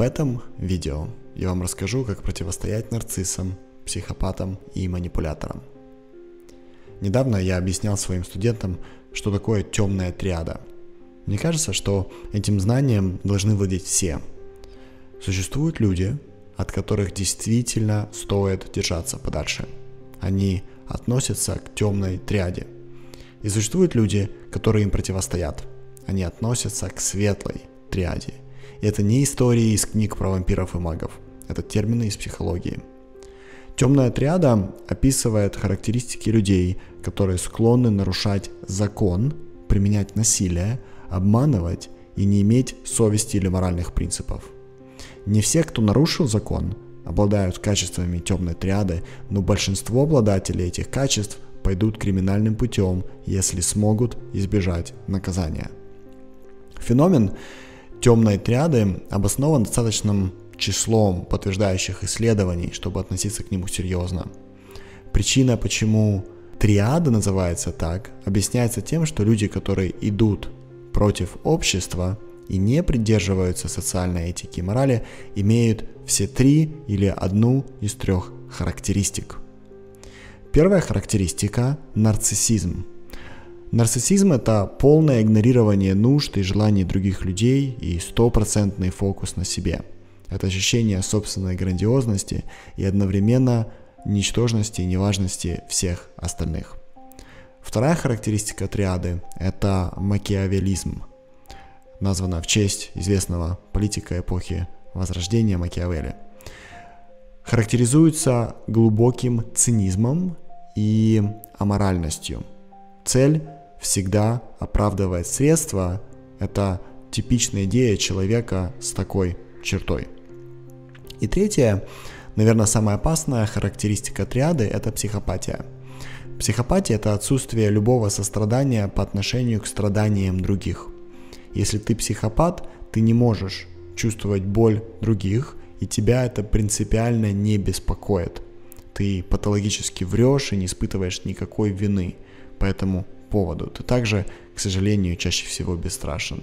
этом видео я вам расскажу, как противостоять нарциссам, психопатам и манипуляторам. Недавно я объяснял своим студентам, что такое темная триада. Мне кажется, что этим знанием должны владеть все. Существуют люди, от которых действительно стоит держаться подальше. Они относятся к темной триаде. И существуют люди, которые им противостоят. Они относятся к светлой триаде. И это не истории из книг про вампиров и магов. Это термины из психологии. Темная триада описывает характеристики людей, которые склонны нарушать закон, применять насилие, обманывать и не иметь совести или моральных принципов. Не все, кто нарушил закон, обладают качествами темной триады, но большинство обладателей этих качеств пойдут криминальным путем, если смогут избежать наказания. Феномен темной триады обоснован достаточным числом подтверждающих исследований, чтобы относиться к нему серьезно. Причина, почему триада называется так, объясняется тем, что люди, которые идут против общества и не придерживаются социальной этики и морали, имеют все три или одну из трех характеристик. Первая характеристика – нарциссизм. Нарциссизм – это полное игнорирование нужд и желаний других людей и стопроцентный фокус на себе. Это ощущение собственной грандиозности и одновременно ничтожности и неважности всех остальных. Вторая характеристика триады – это макиавеллизм, названа в честь известного политика эпохи Возрождения Макиавелли. Характеризуется глубоким цинизмом и аморальностью. Цель всегда оправдывает средства – это типичная идея человека с такой чертой. И третья, наверное, самая опасная характеристика триады – это психопатия. Психопатия – это отсутствие любого сострадания по отношению к страданиям других. Если ты психопат, ты не можешь чувствовать боль других, и тебя это принципиально не беспокоит. Ты патологически врешь и не испытываешь никакой вины по этому поводу. Ты также, к сожалению, чаще всего бесстрашен.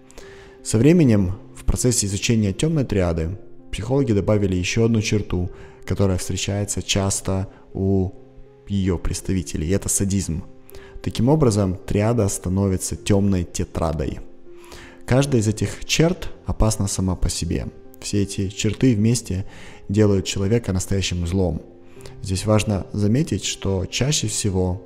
Со временем, в процессе изучения темной триады, психологи добавили еще одну черту, которая встречается часто у ее представителей, и это садизм. Таким образом, триада становится темной тетрадой. Каждая из этих черт опасна сама по себе. Все эти черты вместе делают человека настоящим злом. Здесь важно заметить, что чаще всего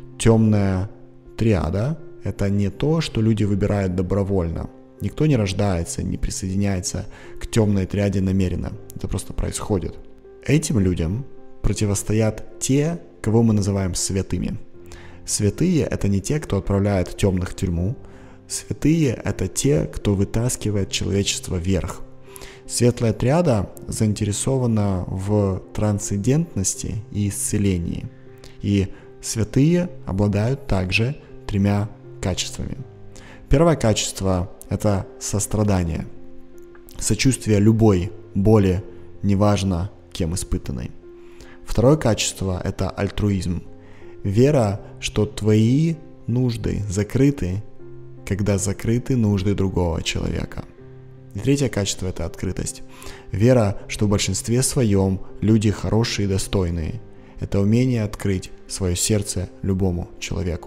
темная триада – это не то, что люди выбирают добровольно. Никто не рождается, не присоединяется к темной триаде намеренно. Это просто происходит. Этим людям противостоят те, кого мы называем святыми. Святые – это не те, кто отправляет темных в тюрьму. Святые – это те, кто вытаскивает человечество вверх. Светлая триада заинтересована в трансцендентности и исцелении. И святые обладают также тремя качествами. Первое качество – это сострадание. Сочувствие любой боли, неважно кем испытанной. Второе качество – это альтруизм. Вера, что твои нужды закрыты, когда закрыты нужды другого человека. И третье качество – это открытость. Вера, что в большинстве своем люди хорошие и достойные. Это умение открыть свое сердце любому человеку.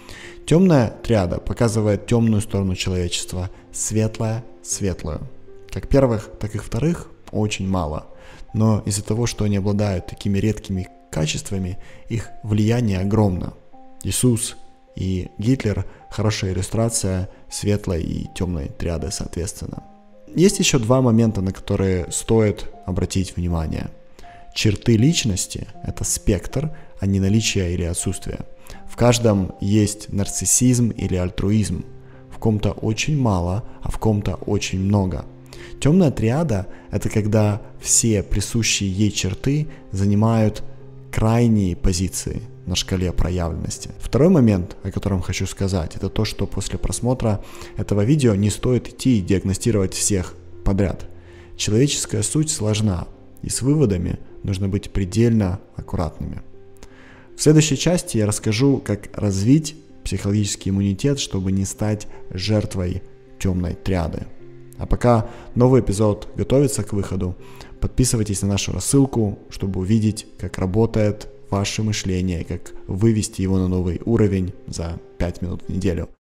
Темная триада показывает темную сторону человечества, светлая – светлую. Как первых, так и вторых очень мало. Но из-за того, что они обладают такими редкими качествами, их влияние огромно. Иисус и Гитлер – хорошая иллюстрация светлой и темной триады соответственно. Есть еще два момента, на которые стоит обратить внимание. Черты личности – это спектр, а не наличие или отсутствие. В каждом есть нарциссизм или альтруизм. В ком-то очень мало, а в ком-то очень много. Темная триада – это когда все присущие ей черты занимают крайние позиции на шкале проявленности. Второй момент, о котором хочу сказать, это то, что после просмотра этого видео не стоит идти и диагностировать всех подряд. Человеческая суть сложна, и с выводами нужно быть предельно аккуратными. В следующей части я расскажу, как развить психологический иммунитет, чтобы не стать жертвой темной триады. А пока новый эпизод готовится к выходу, подписывайтесь на нашу рассылку, чтобы увидеть, как работает ваше мышление, как вывести его на новый уровень за 5 минут в неделю.